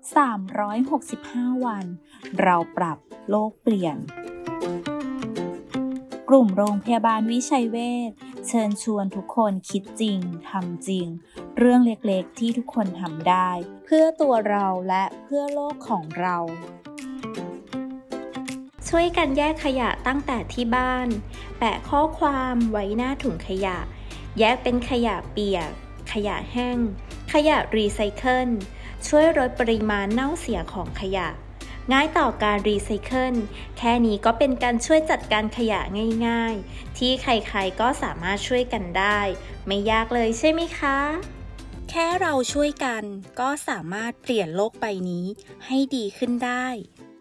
365 วันเราปรับโลกเปลี่ยนกลุ่มโรงพยาบาลวิชัยเวชเชิญชวนทุกคนคิดจริงทำจริงเรื่องเล็กๆที่ทุกคนทำได้เพื่อตัวเราและเพื่อโลกของเราช่วยกันแยกขยะตั้งแต่ที่บ้านแปะข้อความไว้หน้าถุงขยะแยกเป็นขยะเปียกขยะแห้งขยะรีไซเคิลช่วยลดปริมาณเน่าเสียของขยะง่ายต่อการรีไซเคิลแค่นี้ก็เป็นการช่วยจัดการขยะง่ายๆที่ใครๆก็สามารถช่วยกันได้ไม่ยากเลยใช่ไหมคะแค่เราช่วยกันก็สามารถเปลี่ยนโลกใบนี้ให้ดีขึ้นได้